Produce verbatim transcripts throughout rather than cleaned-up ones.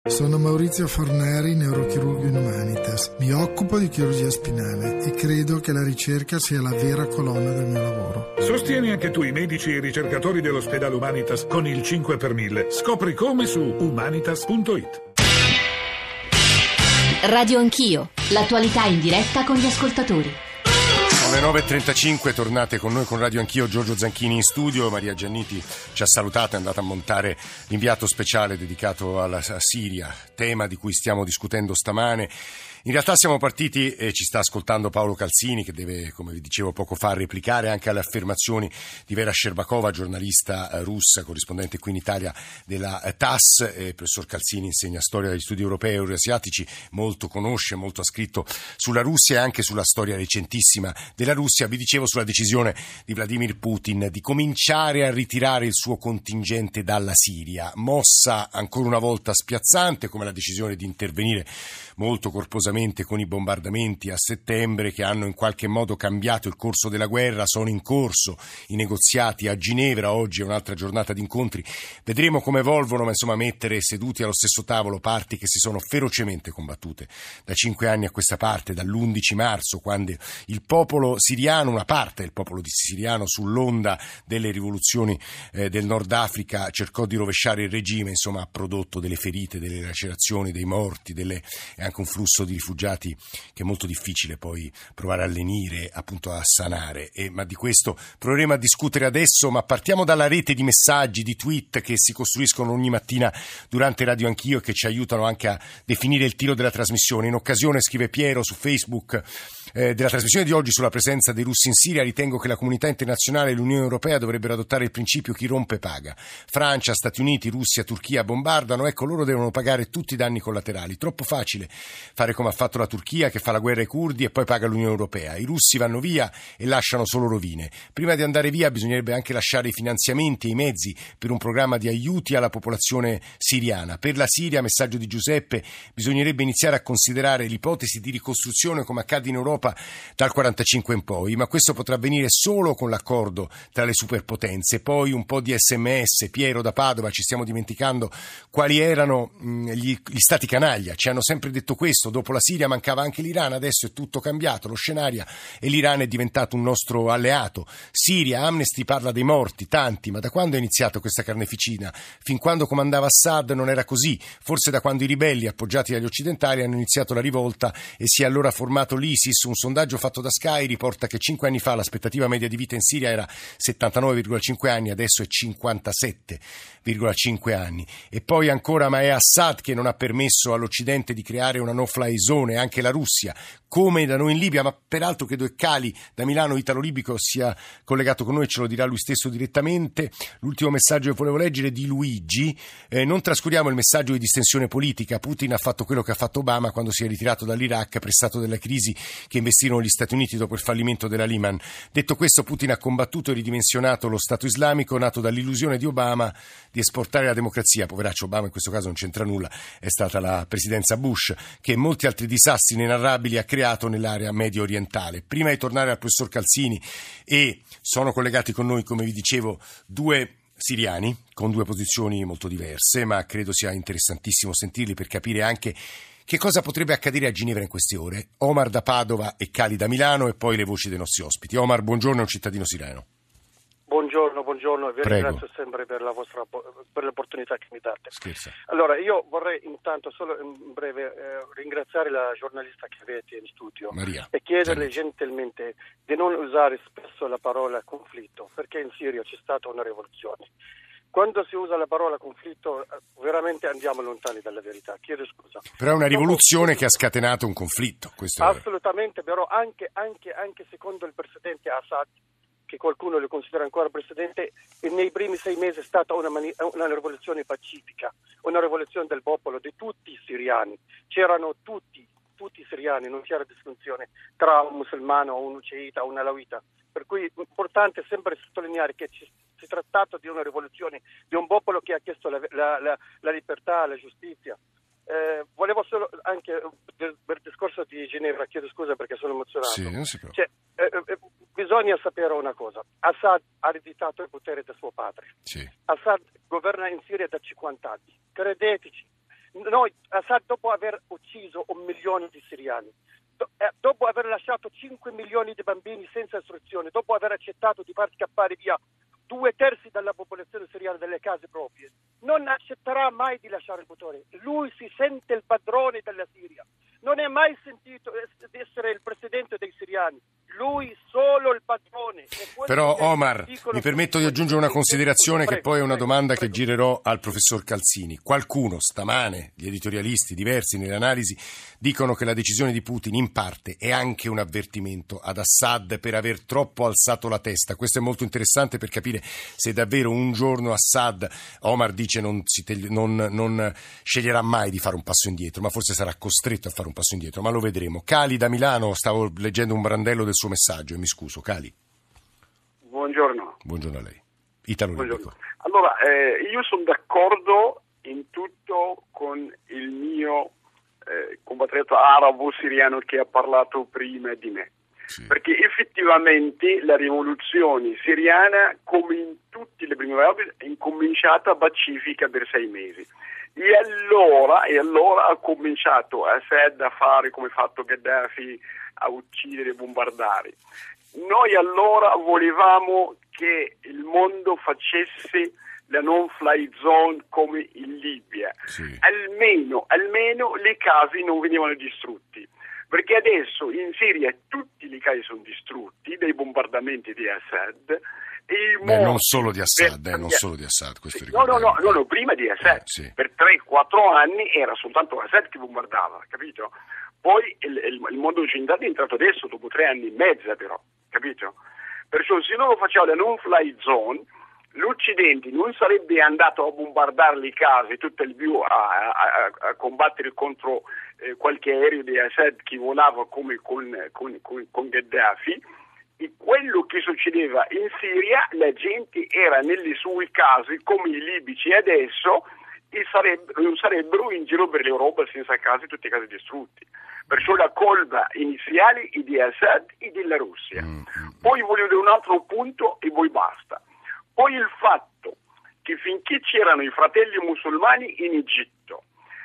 Sono Maurizio Forneri, neurochirurgo in Humanitas. Mi occupo di chirurgia spinale e credo che la ricerca sia la vera colonna del mio lavoro. Sostieni anche tu i medici e i ricercatori dell'ospedale Humanitas con il cinque per mille. Scopri come su humanitas punto it. Radio Anch'io, l'attualità in diretta con gli ascoltatori. Alle nove e trentacinque tornate con noi con Radio Anch'io, Giorgio Zanchini in studio. Maria Gianniti ci ha salutato, è andata a montare l'inviato speciale dedicato alla Siria, tema di cui stiamo discutendo stamane. In realtà siamo partiti e ci sta ascoltando Paolo Calzini, che deve, come vi dicevo poco fa, replicare anche alle affermazioni di Vera Sherbakova, giornalista russa, corrispondente qui in Italia della T A S. Il professor Calzini insegna storia degli studi europei e euroasiatici, molto conosce, molto ha scritto sulla Russia e anche sulla storia recentissima della Russia. Vi dicevo sulla decisione di Vladimir Putin di cominciare a ritirare il suo contingente dalla Siria, mossa ancora una volta spiazzante come la decisione di intervenire molto corposamente con i bombardamenti a settembre, che hanno in qualche modo cambiato il corso della guerra. Sono in corso i negoziati a Ginevra, oggi è un'altra giornata di incontri, vedremo come evolvono, ma insomma mettere seduti allo stesso tavolo parti che si sono ferocemente combattute da cinque anni a questa parte, dall'undici marzo, quando il popolo siriano, una parte del popolo siriano, sull'onda delle rivoluzioni eh, del Nord Africa, cercò di rovesciare il regime, insomma ha prodotto delle ferite, delle lacerazioni, dei morti, delle, e anche un flusso di rifugiati che è molto difficile poi provare a lenire, appunto a sanare. E, ma di questo proveremo a discutere adesso, ma partiamo dalla rete di messaggi, di tweet che si costruiscono ogni mattina durante Radio Anch'io e che ci aiutano anche a definire il tiro della trasmissione. In occasione, scrive Piero su Facebook, eh, della trasmissione di oggi sulla presenza dei russi in Siria, ritengo che la comunità internazionale e l'Unione Europea dovrebbero adottare il principio chi rompe paga. Francia, Stati Uniti, Russia, Turchia bombardano, ecco, loro devono pagare tutti i danni collaterali. Troppo facile fare come ha fatto la Turchia, che fa la guerra ai curdi e poi paga l'Unione Europea. I russi vanno via e lasciano solo rovine. Prima di andare via bisognerebbe anche lasciare i finanziamenti e i mezzi per un programma di aiuti alla popolazione siriana. Per la Siria, messaggio di Giuseppe, bisognerebbe iniziare a considerare l'ipotesi di ricostruzione come accade in Europa dal quarantacinque in poi, ma questo potrà avvenire solo con l'accordo tra le superpotenze. Poi un po' di sms. Piero da Padova, ci stiamo dimenticando quali erano mh, gli, gli stati canaglia, ci hanno sempre detto questo. Dopo la Siria mancava anche l'Iran, adesso è tutto cambiato, lo scenario, e l'Iran è diventato un nostro alleato. Siria, Amnesty parla dei morti, tanti, ma da quando è iniziata questa carneficina? Fin quando comandava Assad non era così, forse da quando i ribelli appoggiati dagli occidentali hanno iniziato la rivolta e si è allora formato l'ISIS. Un sondaggio fatto da Sky riporta che cinque anni fa l'aspettativa media di vita in Siria era settantanove virgola cinque anni, adesso è cinquantasette virgola cinque anni. E poi ancora, ma è Assad che non ha permesso all'Occidente di creare una no-fly zone, anche la Russia, come da noi in Libia, ma peraltro credo che Cali da Milano, Italo-Libico, sia collegato con noi, ce lo dirà lui stesso direttamente. L'ultimo messaggio che volevo leggere è di Luigi. Eh, non trascuriamo il messaggio di distensione politica. Putin ha fatto quello che ha fatto Obama quando si è ritirato dall'Iraq, pressato dalla crisi che investirono gli Stati Uniti dopo il fallimento della Lehman. Detto questo, Putin ha combattuto e ridimensionato lo Stato islamico nato dall'illusione di Obama di esportare la democrazia. Poveraccio Obama in questo caso non c'entra nulla, è stata la presidenza Bush che molti altri disastri inenarrabili ha creato nell'area medio orientale. Prima di tornare al professor Calzini, e sono collegati con noi, come vi dicevo, due siriani con due posizioni molto diverse, ma credo sia interessantissimo sentirli per capire anche che cosa potrebbe accadere a Ginevra in queste ore. Omar da Padova e Cali da Milano, e poi le voci dei nostri ospiti. Omar, buongiorno, è un cittadino siriano. Buongiorno, buongiorno e vi Prego. ringrazio sempre per la vostra per l'opportunità che mi date. Scherza. Allora, io vorrei intanto solo in breve eh, ringraziare la giornalista che avete in studio Maria. e chiederle Gianniti. gentilmente di non usare spesso la parola conflitto, perché in Siria c'è stata una rivoluzione. Quando si usa la parola conflitto veramente andiamo lontani dalla verità, chiedo scusa. Però è una rivoluzione Dopo, che ha scatenato un conflitto. Questo assolutamente, è... però anche, anche, anche secondo il presidente Assad, che qualcuno lo considera ancora presidente, nei primi sei mesi è stata una, mani- una rivoluzione pacifica, una rivoluzione del popolo, di tutti i siriani. C'erano tutti, tutti i siriani, non c'era distinzione tra un musulmano, un ucceita, un alawita. Per cui è importante sempre sottolineare che ci, si è trattato di una rivoluzione, di un popolo che ha chiesto la, la, la, la libertà, la giustizia. Eh, volevo solo anche per il discorso di Ginevra, chiedo scusa perché sono emozionato. Sì, non si preoccupi. Cioè, eh, eh, bisogna sapere una cosa: Assad ha ereditato il potere da suo padre. Sì. Assad governa in Siria da cinquanta anni. Credeteci, Noi, Assad, dopo aver ucciso un milione di siriani, do, eh, dopo aver lasciato cinque milioni di bambini senza istruzione, dopo aver accettato di far scappare via due terzi della popolazione siriana dalle case proprie, non accetterà mai di lasciare il potere. Lui si sente il padrone della Siria. Non è mai sentito essere il presidente dei siriani. Lui solo il padrone. Però Omar, mi permetto di aggiungere una considerazione che poi è una domanda che girerò al professor Calzini. Qualcuno stamane, gli editorialisti diversi nelle analisi, dicono che la decisione di Putin in parte è anche un avvertimento ad Assad per aver troppo alzato la testa. Questo è molto interessante per capire se davvero un giorno Assad, Omar dice non, si te, non, non sceglierà mai di fare un passo indietro, ma forse sarà costretto a fare un passo indietro, ma lo vedremo. Cali da Milano, stavo leggendo un brandello del suo messaggio e mi scuso. Cali. Buongiorno. Buongiorno a lei. Italo Buongiorno. Allora, eh, io sono d'accordo in tutto con il mio eh, compatriota arabo siriano che ha parlato prima di me. Sì. Perché effettivamente la rivoluzione siriana, come in tutte le prime aree, è incominciata pacifica per sei mesi. E allora, e allora ha cominciato Assad a fare come ha fatto Gheddafi, a uccidere e bombardare. Noi allora volevamo che il mondo facesse la non-fly zone come in Libia. Sì. Almeno, almeno le case non venivano distrutte. Perché adesso in Siria tutti le case sono distrutti dai bombardamenti di Assad. E Beh, non solo di Assad, per... eh, non solo di Assad, questo no, no, no, no, no, prima di Assad. Eh, sì. Per tre quattro anni era soltanto Assad che bombardava, capito? Poi il, il, il mondo occidentale è entrato adesso, dopo tre anni e mezza però, capito? Perciò se non lo faceva la non-fly zone, l'Occidente non sarebbe andato a bombardare le case tutto il più a, a, a combattere contro eh, qualche aereo di Assad che volava come con, con, con, con Gheddafi. E quello che succedeva in Siria, la gente era nelle sue case come i libici adesso e sarebbero, non sarebbero in giro per l'Europa senza case, tutte case distrutte. Perciò la colpa iniziale è di Assad e della Russia. Poi voglio dire un altro punto e poi basta. Poi il fatto che finché c'erano i fratelli musulmani in Egitto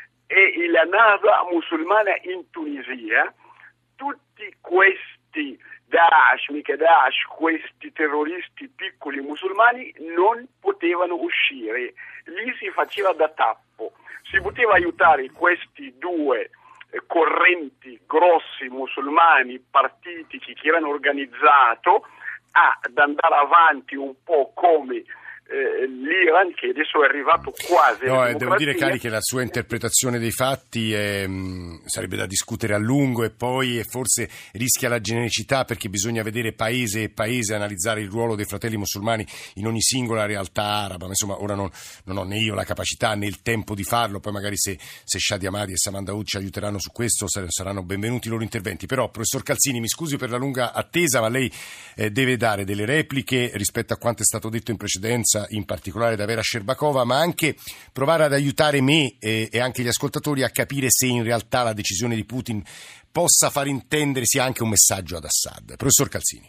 e la NASA musulmana in Tunisia, tutti questi Daesh, mica Daesh, questi terroristi piccoli musulmani non potevano uscire. Lì si faceva da tappo. Si poteva aiutare questi due eh, correnti grossi musulmani partitici che erano organizzato ad andare avanti un po' come eh, l'Iran, che adesso è arrivato quasi no, devo dire, Cali, che la sua interpretazione dei fatti è, mh, sarebbe da discutere a lungo e poi e forse rischia la genericità, perché bisogna vedere paese e paese, analizzare il ruolo dei fratelli musulmani in ogni singola realtà araba. Ma insomma, ora non, non ho né io la capacità né il tempo di farlo, poi magari se, se Shadi Amadi e Saman Daoud ci aiuteranno su questo saranno benvenuti i loro interventi. Però, professor Calzini, mi scusi per la lunga attesa, ma lei eh, deve dare delle repliche rispetto a quanto è stato detto in precedenza, in particolare da Vera Sherbakova, ma anche provare ad aiutare me e, e anche gli ascoltatori a capire se in realtà la decisione di Putin possa far intendere sia anche un messaggio ad Assad. Professor Calzini.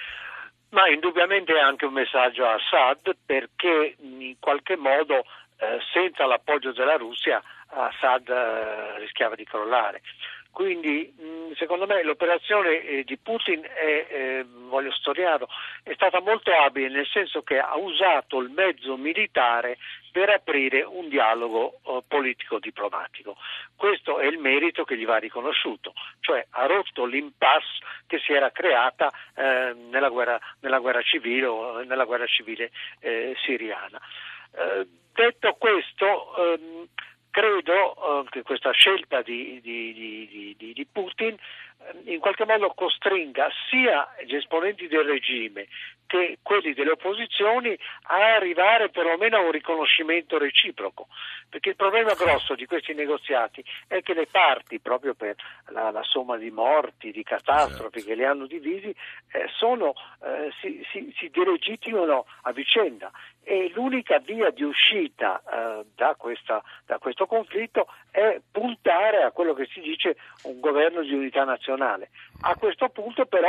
Ma indubbiamente è anche un messaggio a Assad, perché in qualche modo eh, senza l'appoggio della Russia Assad eh, rischiava di crollare. Quindi secondo me l'operazione di Putin è, eh, voglio storiarlo, è stata molto abile, nel senso che ha usato il mezzo militare per aprire un dialogo eh, politico-diplomatico. Questo è il merito che gli va riconosciuto, cioè ha rotto l'impasse che si era creata eh, nella guerra, nella guerra civile o nella guerra civile eh, siriana. Eh, detto questo, ehm, credo uh, che questa scelta di, di, di, di, di Putin uh, in qualche modo costringa sia gli esponenti del regime che quelli delle opposizioni a arrivare perlomeno a un riconoscimento reciproco, perché il problema grosso di questi negoziati è che le parti, proprio per la, la somma di morti, di catastrofi che li hanno divisi, eh, sono, eh, si, si, si delegittimano a vicenda, e l'unica via di uscita eh, da, questa, da questo conflitto è puntare a quello che si dice un governo di unità nazionale. A questo punto però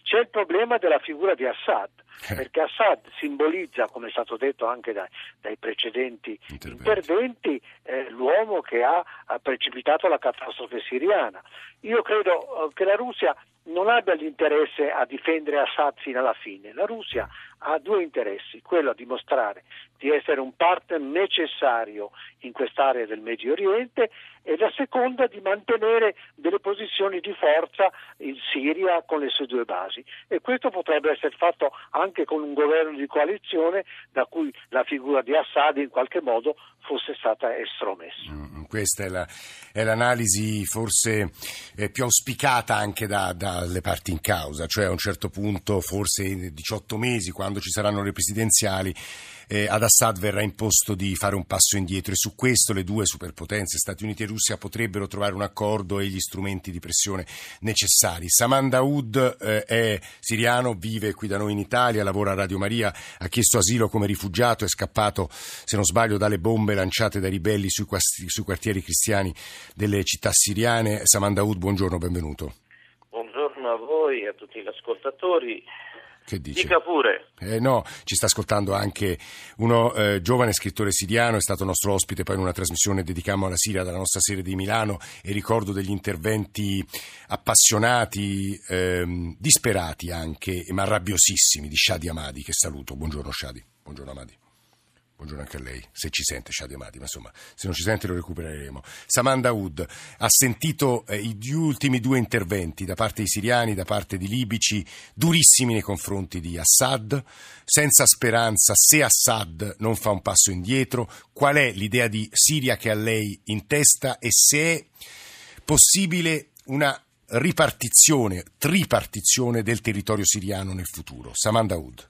C'è il problema della figura di Assad, perché Assad simbolizza, come è stato detto anche dai, dai precedenti interventi, interventi eh, l'uomo che ha, ha precipitato la catastrofe siriana. Io credo eh, che la Russia non abbia l'interesse a difendere Assad fino alla fine. La Russia ha due interessi: quello di dimostrare di essere un partner necessario in quest'area del Medio Oriente, e la seconda di mantenere delle posizioni di forza in Siria con le sue due basi, e questo potrebbe essere fatto anche con un governo di coalizione da cui la figura di Assad in qualche modo fosse stata estromessa. Mm, questa è, la, è l'analisi forse eh, più auspicata anche da, dalle parti in causa, cioè a un certo punto, forse in diciotto mesi, quando ci saranno le presidenziali, eh, ad Assad verrà imposto di fare un passo indietro, e su questo le due superpotenze, Stati Uniti e Russia, potrebbero trovare un accordo e gli strumenti di pressione necessari. Saman Daoud eh, è siriano, vive qui da noi in Italia, lavora a Radio Maria, ha chiesto asilo come rifugiato, è scappato, se non sbaglio, dalle bombe lanciate dai ribelli sui, sui quartieri cristiani delle città siriane. Saman Daoud, buongiorno, benvenuto. Buongiorno a voi e a tutti gli ascoltatori. Che dice? Dica pure. Eh, no, ci sta ascoltando anche uno eh, giovane scrittore siriano, è stato nostro ospite poi in una trasmissione dedicammo alla Siria dalla nostra sede di Milano, e ricordo degli interventi appassionati, ehm, disperati anche, ma rabbiosissimi, di Shadi Hamadi, che saluto. Buongiorno Shadi. Buongiorno Hamadi. Buongiorno anche a lei, se ci sente Shadi Hamadi, ma insomma, se non ci sente lo recupereremo. Saman Daoud ha sentito eh, gli ultimi due interventi da parte dei siriani, da parte di libici, durissimi nei confronti di Assad, senza speranza se Assad non fa un passo indietro. Qual è l'idea di Siria che ha lei in testa, e se è possibile una ripartizione, tripartizione del territorio siriano nel futuro? Saman Daoud.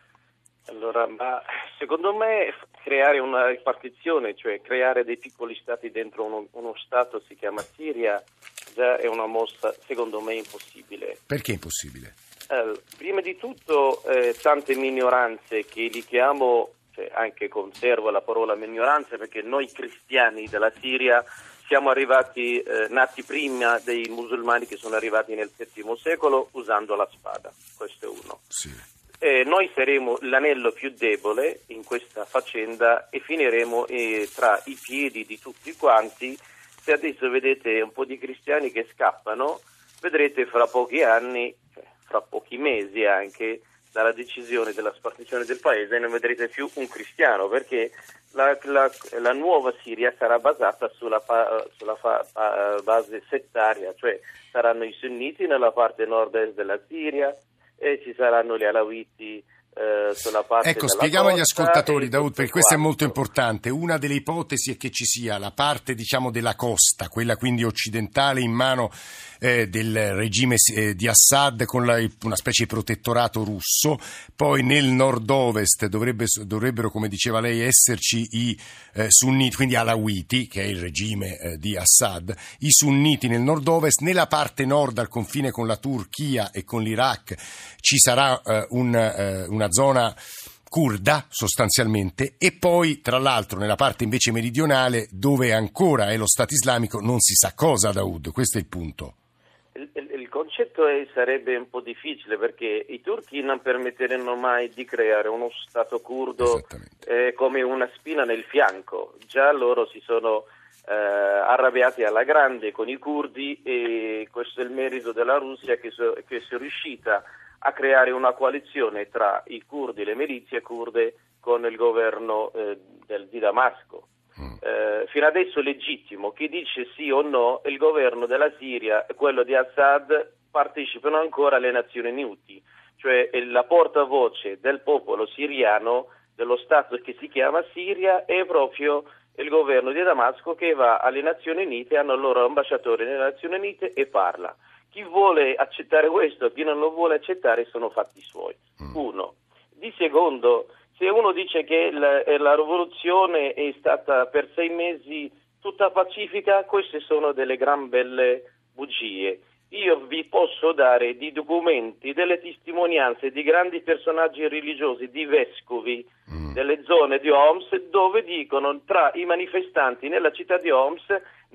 Allora, ma secondo me creare una ripartizione, cioè creare dei piccoli stati dentro uno, uno stato, si chiama Siria, già è una mossa secondo me impossibile. Perché impossibile? Eh, prima di tutto eh, tante minoranze che li chiamo, cioè anche conservo la parola minoranze, perché noi cristiani della Siria siamo arrivati, eh, nati prima dei musulmani che sono arrivati nel settimo secolo usando la spada, questo è uno. Sì. Eh, noi saremo l'anello più debole in questa faccenda e finiremo eh, tra i piedi di tutti quanti. Se adesso vedete un po' di cristiani che scappano, vedrete fra pochi anni, cioè fra pochi mesi anche, dalla decisione della spartizione del paese, non vedrete più un cristiano, perché la, la, la nuova Siria sarà basata sulla, sulla fa, base settaria, cioè saranno i sunniti nella parte nord-est della Siria, e ci saranno gli alawiti eh, sulla parte ecco, della spieghiamo agli costa, ascoltatori, Daoud, perché questo è quanto. molto importante. Una delle ipotesi è che ci sia la parte, diciamo, della costa, quella quindi occidentale, in mano eh, del regime eh, di Assad, con la, una specie di protettorato russo. Poi nel nord-ovest dovrebbe, dovrebbero, come diceva lei, esserci i eh, sunniti, quindi alawiti, che è il regime eh, di Assad, i sunniti nel nord-ovest. Nella parte nord, al confine con la Turchia e con l'Iraq, ci sarà eh, un, eh, una zona curda sostanzialmente, e poi tra l'altro nella parte invece meridionale, dove ancora è lo Stato islamico, non si sa cosa. Daoud, questo è il punto. Il, il, il concetto è, sarebbe un po' difficile, perché i turchi non permetteranno mai di creare uno Stato curdo eh, come una spina nel fianco. Già loro si sono eh, arrabbiati alla grande con i curdi, e questo è il merito della Russia, che, so, che è riuscita a creare una coalizione tra i curdi, le milizie kurde, con il governo eh, del, di Damasco. Mm. Eh, fino adesso legittimo, chi dice sì o no, il governo della Siria e quello di Assad partecipano ancora alle Nazioni Unite, cioè la portavoce del popolo siriano, dello Stato che si chiama Siria, è proprio il governo di Damasco, che va alle Nazioni Unite, hanno il loro ambasciatore nelle Nazioni Unite e parla. Chi vuole accettare questo, chi non lo vuole accettare, sono fatti suoi. Uno. Di secondo, se uno dice che la, la rivoluzione è stata per sei mesi tutta pacifica, queste sono delle gran belle bugie. Io vi posso dare di documenti, delle testimonianze di grandi personaggi religiosi, di vescovi mm. delle zone di Homs, dove dicono tra i manifestanti nella città di Homs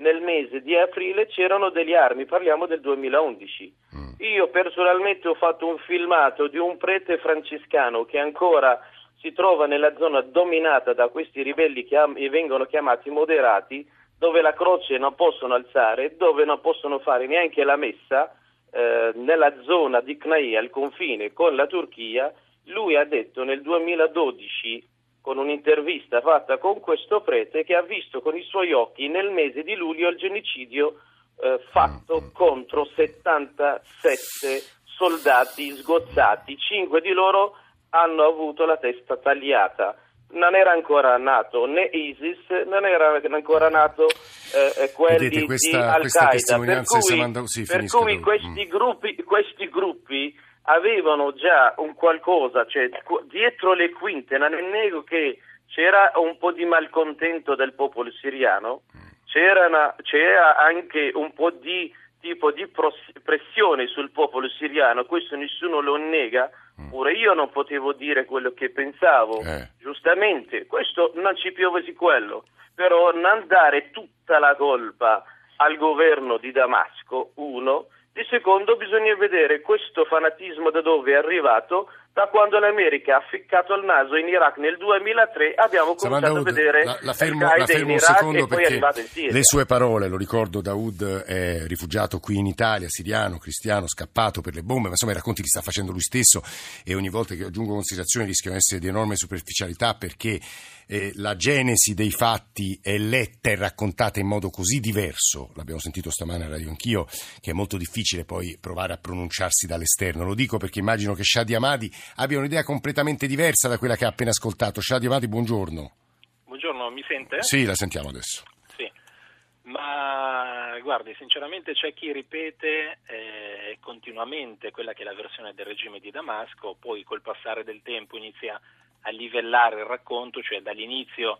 nel mese di aprile c'erano delle armi, parliamo del duemilaundici. Mm. Io personalmente ho fatto un filmato di un prete francescano che ancora si trova nella zona dominata da questi ribelli che am- vengono chiamati moderati, dove la croce non possono alzare, dove non possono fare neanche la messa, eh, nella zona di Cnaia, al confine con la Turchia. Lui ha detto nel duemiladodici, con un'intervista fatta con questo prete, che ha visto con i suoi occhi nel mese di luglio il genocidio eh, fatto contro settantasette soldati sgozzati, cinque di loro hanno avuto la testa tagliata. Non era ancora nato né ISIS, non era ancora nato eh, quelli Vedete, questa, di Al-Qaeda, per cui, manda... sì, per cui questi, mm. gruppi, questi gruppi avevano già un qualcosa, cioè dietro le quinte. Non ne nego che c'era un po' di malcontento del popolo siriano, c'era, una, c'era anche un po' di tipo di pressione sul popolo siriano, questo nessuno lo nega. Pure io non potevo dire quello che pensavo, eh. giustamente, questo non ci piove di quello, però non dare tutta la colpa al governo di Damasco, uno, di secondo bisogna vedere questo fanatismo da dove è arrivato. Da quando l'America ha ficcato il naso in Iraq nel duemilatré abbiamo cominciato Daoud, a vedere la, la fermo, la fermo in un Iraq secondo e poi è perché arrivato in Siria. Le sue parole, lo ricordo, Daoud è rifugiato qui in Italia, siriano, cristiano, scappato per le bombe, ma insomma i racconti li sta facendo lui stesso e ogni volta che aggiungo considerazioni rischiano di essere di enorme superficialità, perché eh, la genesi dei fatti è letta e raccontata in modo così diverso, l'abbiamo sentito stamane a Radio Anch'io, che è molto difficile poi provare a pronunciarsi dall'esterno. Lo dico perché immagino che Shadi Hamadi abbia un'idea completamente diversa da quella che ha appena ascoltato. Shadi Hamadi, buongiorno. Buongiorno, mi sente? Sì, la sentiamo adesso. Sì, ma guardi, sinceramente c'è chi ripete eh, continuamente quella che è la versione del regime di Damasco, poi col passare del tempo inizia a livellare il racconto, cioè dall'inizio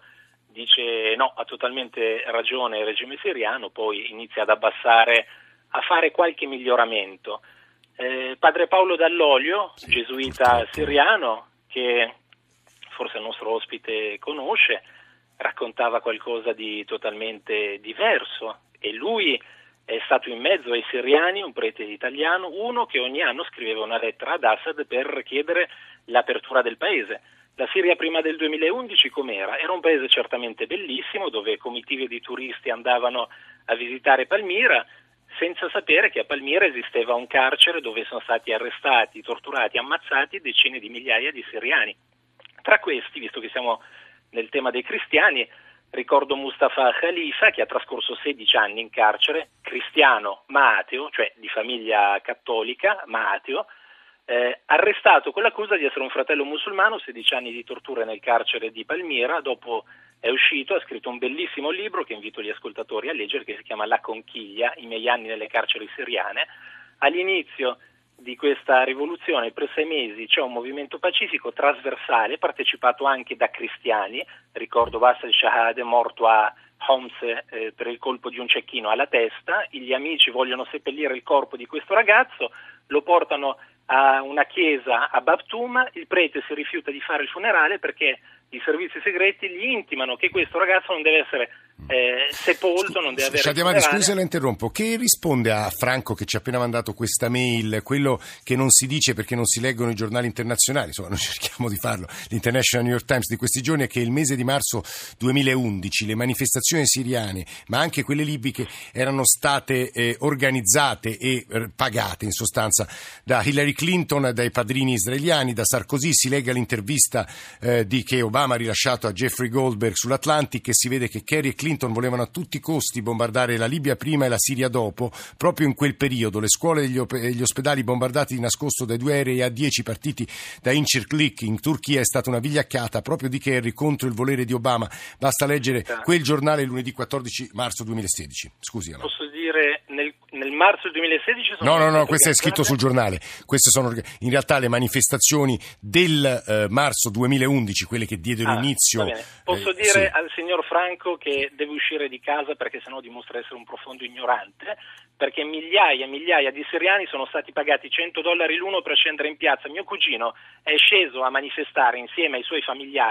dice no, ha totalmente ragione il regime siriano, poi inizia ad abbassare, a fare qualche miglioramento. Eh, padre Paolo Dall'Olio, sì, gesuita purtroppo. siriano, che forse il nostro ospite conosce, raccontava qualcosa di totalmente diverso, e lui è stato in mezzo ai siriani, un prete italiano, uno che ogni anno scriveva una lettera ad Assad per chiedere l'apertura del paese. La Siria prima del duemilaundici com'era? Era un paese certamente bellissimo, dove comitive di turisti andavano a visitare Palmira, senza sapere che a Palmira esisteva un carcere dove sono stati arrestati, torturati, ammazzati decine di migliaia di siriani. Tra questi, visto che siamo nel tema dei cristiani, ricordo Mustafa Khalifa, che ha trascorso sedici anni in carcere, cristiano ma ateo, cioè di famiglia cattolica ma ateo, eh, arrestato con l'accusa di essere un fratello musulmano, sedici anni di torture nel carcere di Palmira. Dopo è uscito, ha scritto un bellissimo libro che invito gli ascoltatori a leggere, che si chiama La conchiglia, i miei anni nelle carceri siriane. All'inizio di questa rivoluzione, per sei mesi, c'è un movimento pacifico trasversale, partecipato anche da cristiani. Ricordo Bassel Shahade, morto a Homs eh, per il colpo di un cecchino alla testa. Gli amici vogliono seppellire il corpo di questo ragazzo, lo portano a una chiesa a Babtum, il prete si rifiuta di fare il funerale perché i servizi segreti gli intimano che questo ragazzo non deve essere eh, sepolto, non deve avere Shadi Hamadi, scusi se la interrompo, che risponde a Franco che ci ha appena mandato questa mail, quello che non si dice perché non si leggono i giornali internazionali, insomma noi cerchiamo di farlo, l'International New York Times di questi giorni, è che il mese di marzo duemilaundici le manifestazioni siriane, ma anche quelle libiche, erano state eh, organizzate e eh, pagate in sostanza da Hillary Clinton, dai padrini israeliani, da Sarkozy. Si legga l'intervista eh, di che Obama ha rilasciato a Jeffrey Goldberg sull'Atlantic, e si vede che Kerry e Clinton volevano a tutti i costi bombardare la Libia prima e la Siria dopo. Proprio in quel periodo le scuole e gli, op- gli ospedali bombardati di nascosto dai due aerei A dieci partiti da Incirlik in Turchia è stata una vigliaccata proprio di Kerry contro il volere di Obama. Basta leggere quel giornale lunedì quattordici marzo duemilasedici. Scusi, Amaro. Posso dire nel, nel marzo duemilasedici sono No, no, no, questo è scritto sul giornale. Queste sono in realtà le manifestazioni del eh, marzo duemilaundici, quelle che diedero ah, inizio. Posso eh, dire sì. al signor Franco che deve uscire di casa perché sennò dimostra essere un profondo ignorante, perché migliaia e migliaia di siriani sono stati pagati cento dollari l'uno per scendere in piazza. Mio cugino è sceso a manifestare insieme ai suoi familiari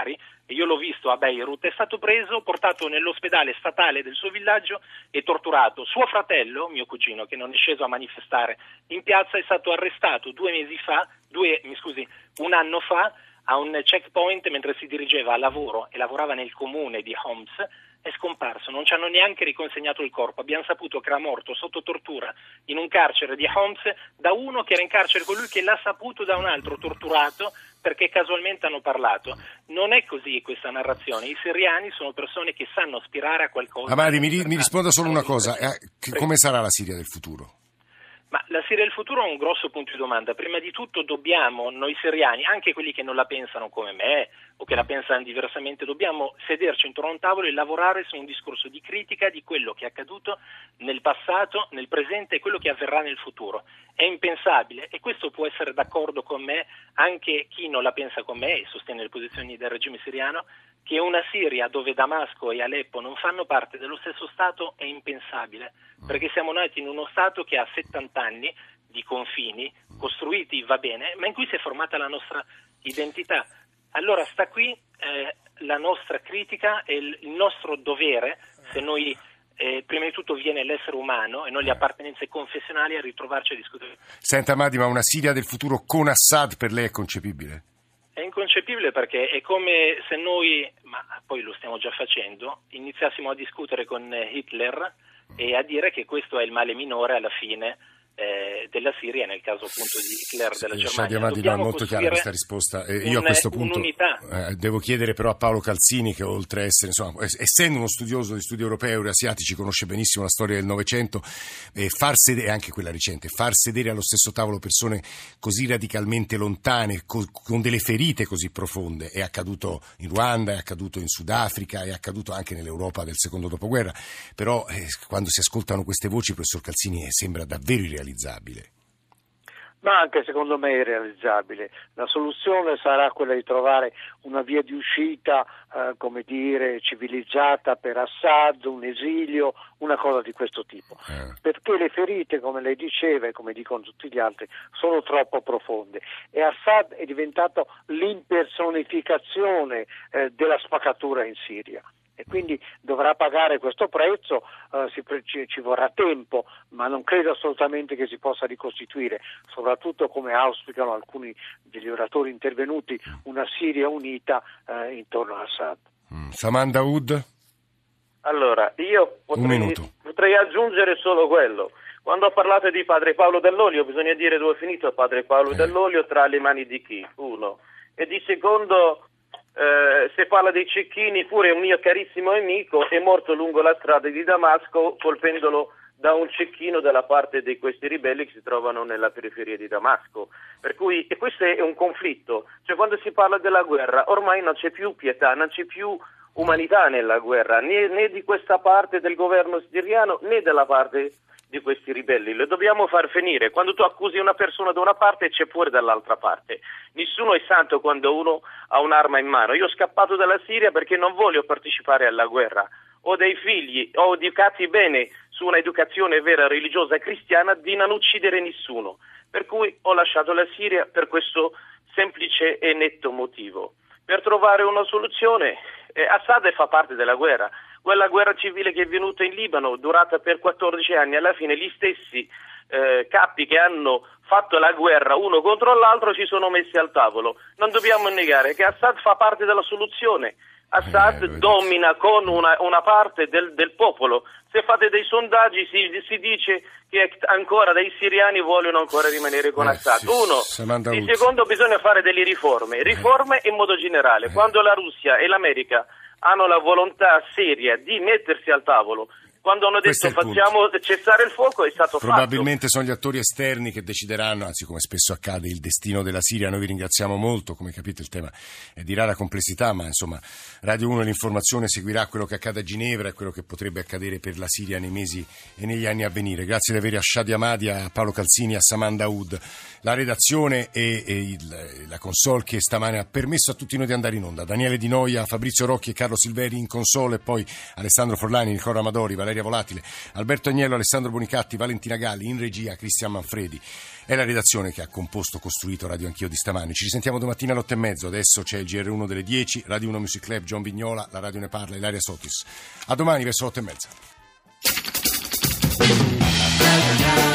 io l'ho visto a Beirut, è stato preso, portato nell'ospedale statale del suo villaggio e torturato. Suo fratello, mio cugino, che non è sceso a manifestare in piazza, è stato arrestato due mesi fa, due, mi scusi, un anno fa, a un checkpoint mentre si dirigeva a lavoro e lavorava nel comune di Homs. È scomparso, non ci hanno neanche riconsegnato il corpo. Abbiamo saputo che era morto sotto tortura in un carcere di Homs da uno che era in carcere con lui, che l'ha saputo da un altro torturato perché casualmente hanno parlato. Non è così questa narrazione. I siriani sono persone che sanno aspirare a qualcosa. Amadi, mi, mi risponda solo una cosa: eh, che, come sarà la Siria del futuro? Ma la Siria del futuro è un grosso punto di domanda. Prima di tutto dobbiamo, noi siriani, anche quelli che non la pensano come me o che la pensano diversamente, dobbiamo sederci intorno a un tavolo e lavorare su un discorso di critica di quello che è accaduto nel passato, nel presente e quello che avverrà nel futuro. È impensabile, e questo può essere d'accordo con me anche chi non la pensa come me e sostiene le posizioni del regime siriano, che una Siria dove Damasco e Aleppo non fanno parte dello stesso Stato è impensabile, perché siamo nati in uno Stato che ha settanta anni di confini, costruiti va bene, ma in cui si è formata la nostra identità. Allora sta qui eh, la nostra critica e il, il nostro dovere, se noi eh, prima di tutto viene l'essere umano e non le appartenenze confessionali, a ritrovarci a discutere. Senta Amadi, ma una Siria del futuro con Assad per lei è concepibile? È inconcepibile, perché è come se noi, ma poi lo stiamo già facendo, iniziassimo a discutere con Hitler e a dire che questo è il male minore alla fine eh, della Siria, nel caso appunto di Hitler della sì, Germania. Amadi, no, è molto chiara questa risposta. Eh, io a questo punto eh, devo chiedere però a Paolo Calzini, che oltre a essere, insomma, essendo uno studioso di studi europei e euroasiatici, conosce benissimo la storia del Novecento, eh, far sedere, anche quella recente, far sedere allo stesso tavolo persone così radicalmente lontane, co- con delle ferite così profonde, è accaduto in Ruanda, è accaduto in Sudafrica, è accaduto anche nell'Europa del secondo dopoguerra, però eh, quando si ascoltano queste voci, professor Calzini, eh, sembra davvero irrealizzabile. Ma anche secondo me è irrealizzabile. La soluzione sarà quella di trovare una via di uscita, eh, come dire, civilizzata per Assad, un esilio, una cosa di questo tipo. Eh. Perché le ferite, come lei diceva e come dicono tutti gli altri, sono troppo profonde. E Assad è diventato l'impersonificazione eh, della spaccatura in Siria. E quindi dovrà pagare questo prezzo, eh, si, ci, ci vorrà tempo, ma non credo assolutamente che si possa ricostituire, soprattutto come auspicano alcuni degli oratori intervenuti, una Siria unita eh, intorno a Assad. Mm. Saman Daoud? Allora, io potrei, potrei aggiungere solo quello. Quando ho parlato di padre Paolo Dell'Olio, bisogna dire dove è finito padre Paolo eh. Dell'Olio, tra le mani di chi? Uno. E di secondo... Uh, se parla dei cecchini, pure un mio carissimo amico è morto lungo la strada di Damasco colpendolo da un cecchino dalla parte di questi ribelli che si trovano nella periferia di Damasco. Per cui, e questo è un conflitto, cioè quando si parla della guerra ormai non c'è più pietà, non c'è più umanità nella guerra, né, né di questa parte del governo siriano né dalla parte di questi ribelli. Lo dobbiamo far finire. Quando tu accusi una persona da una parte, c'è pure dall'altra parte. Nessuno è santo quando uno ha un'arma in mano. Io ho scappato dalla Siria perché non voglio partecipare alla guerra. Ho dei figli, ho educati bene su un'educazione vera religiosa cristiana di non uccidere nessuno. Per cui ho lasciato la Siria per questo semplice e netto motivo. Per trovare una soluzione, eh, Assad fa parte della guerra. Quella guerra civile che è venuta in Libano, durata per quattordici anni, alla fine gli stessi eh, capi che hanno fatto la guerra uno contro l'altro si sono messi al tavolo. Non dobbiamo negare che Assad fa parte della soluzione. Assad eh, domina con una, una parte del, del popolo. Se fate dei sondaggi si, si dice che ancora dei siriani vogliono ancora rimanere con eh, Assad. Sì, Uno. Il secondo, bisogna fare delle riforme. Riforme in modo generale. Eh. Quando la Russia e l'America hanno la volontà seria di mettersi al tavolo, quando hanno detto facciamo cessare il fuoco, è stato probabilmente fatto. Sono gli attori esterni che decideranno, anzi come spesso accade, il destino della Siria. Noi vi ringraziamo molto, come capite il tema è di rara complessità, ma insomma Radio uno l'informazione seguirà quello che accade a Ginevra e quello che potrebbe accadere per la Siria nei mesi e negli anni a venire. Grazie di avere a Shadi Amadi, a Paolo Calzini, a Saman Daoud, la redazione e, e il, la console che stamane ha permesso a tutti noi di andare in onda. Daniele Di Noia, Fabrizio Rocchi e Carlo Silveri in console, e poi Alessandro Forlani, Nicola Amadori, Valerio Valeria Volatile, Alberto Agnello, Alessandro Bonicatti, Valentina Galli, in regia Cristian Manfredi. È la redazione che ha composto, costruito Radio Anch'io di stamani. Ci risentiamo domattina alle otto e mezzo. Adesso c'è il G R uno delle dieci, Radio uno Music Club, John Vignola, la radio ne parla, Ilaria Sotis. A domani verso le otto e mezza.